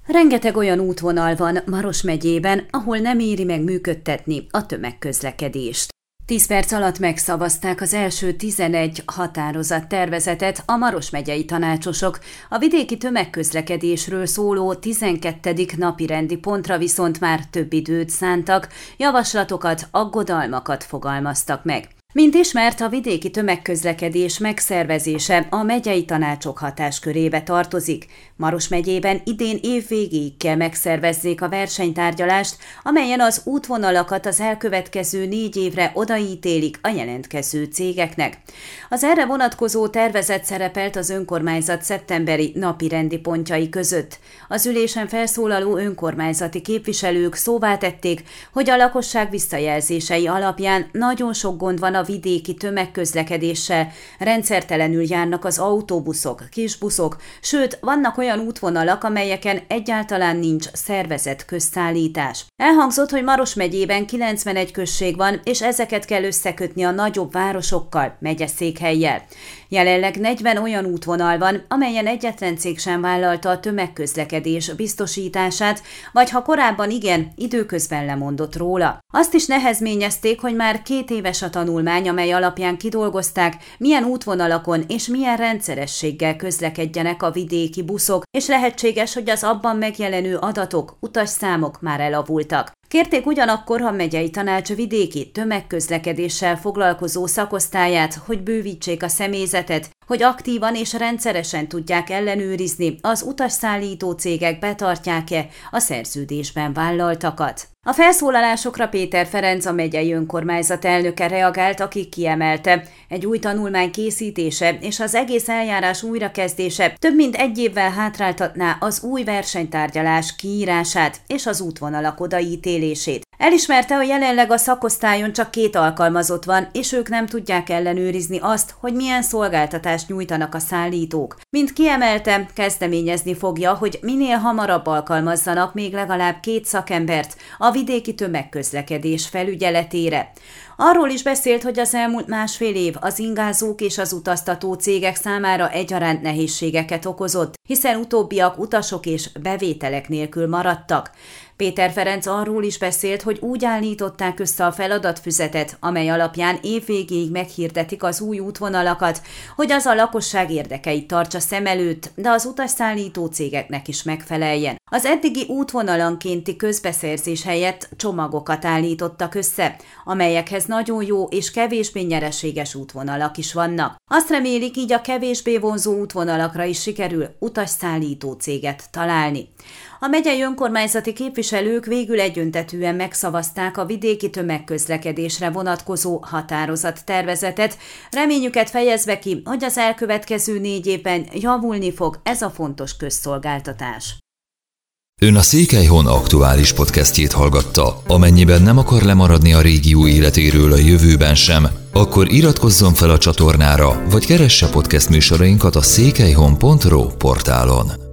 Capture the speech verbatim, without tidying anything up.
Rengeteg olyan útvonal van Maros megyében, ahol nem éri meg működtetni a tömegközlekedést. Tíz perc alatt megszavazták az első tizenegy határozattervezetet a Maros megyei tanácsosok, a vidéki tömegközlekedésről szóló tizenkettedik napirendi pontra viszont már több időt szántak, javaslatokat, aggodalmakat fogalmaztak meg. Mint ismert, a vidéki tömegközlekedés megszervezése a megyei tanácsok hatáskörébe tartozik. Maros megyében idén év végéig kell megszervezzék a versenytárgyalást, amelyen az útvonalakat az elkövetkező négy évre odaítélik a jelentkező cégeknek. Az erre vonatkozó tervezet szerepelt az önkormányzat szeptemberi napirendi pontjai között. Az ülésen felszólaló önkormányzati képviselők szóvá tették, hogy a lakosság visszajelzései alapján nagyon sok gond van a vidéki tömegközlekedéssel, rendszertelenül járnak az autóbuszok, kisbuszok, sőt, vannak olyan útvonalak, amelyeken egyáltalán nincs szervezett közszállítás. Elhangzott, hogy Maros megyében kilencvenegy község van, és ezeket kell összekötni a nagyobb városokkal, megyeszékhellyel. Jelenleg negyven olyan útvonal van, amelyen egyetlen cég sem vállalta a tömegközlekedés biztosítását, vagy ha korábban igen, időközben lemondott róla. Azt is nehezményezték, hogy már két éves a tanulmány, amely alapján kidolgozták, milyen útvonalakon és milyen rendszerességgel közlekedjenek a vidéki buszok, és lehetséges, hogy az abban megjelenő adatok, utasszámok már elavultak. Kérték ugyanakkor a megyei tanács vidéki tömegközlekedéssel foglalkozó szakosztályát, hogy bővítsék a személyzetet, hogy aktívan és rendszeresen tudják ellenőrizni, az utasszállító cégek betartják-e a szerződésben vállaltakat. A felszólalásokra Péter Ferenc, a megyei önkormányzat elnöke reagált, aki kiemelte, egy új tanulmány készítése és az egész eljárás újrakezdése több mint egy évvel hátráltatná az új versenytárgyalás kiírását és az útvonalak odaítélését. Elismerte, hogy jelenleg a szakosztályon csak két alkalmazott van, és ők nem tudják ellenőrizni azt, hogy milyen szolgáltatást nyújtanak a szállítók. Mint kiemelte, kezdeményezni fogja, hogy minél hamarabb alkalmazzanak még legalább két szakembert a vidéki tömegközlekedés felügyeletére. Arról is beszélt, hogy az elmúlt másfél év az ingázók és az utaztató cégek számára egyaránt nehézségeket okozott, hiszen utóbbiak utasok és bevételek nélkül maradtak. Péter Ferenc arról is beszélt, hogy úgy állították össze a feladatfüzetet, amely alapján évvégéig meghirdetik az új útvonalakat, hogy az a lakosság érdekeit tartsa szem előtt, de az utasszállító cégeknek is megfeleljen. Az eddigi útvonalankénti közbeszerzés helyett csomagokat állítottak össze, amelyekhez nagyon jó és kevésbé nyereséges útvonalak is vannak. Azt remélik, így a kevésbé vonzó útvonalakra is sikerül utasszállító céget találni. A megyei önkormányzati képviselők végül egyöntetűen megszavazták a vidéki tömegközlekedésre vonatkozó határozattervezetet, reményüket fejezve ki, hogy az elkövetkező négy évben javulni fog ez a fontos közszolgáltatás. Ön a Székelyhon aktuális podcastjét hallgatta. Amennyiben nem akar lemaradni a régió életéről a jövőben sem, akkor iratkozzon fel a csatornára, vagy keresse podcast műsorainkat a székelyhon pont ro portálon.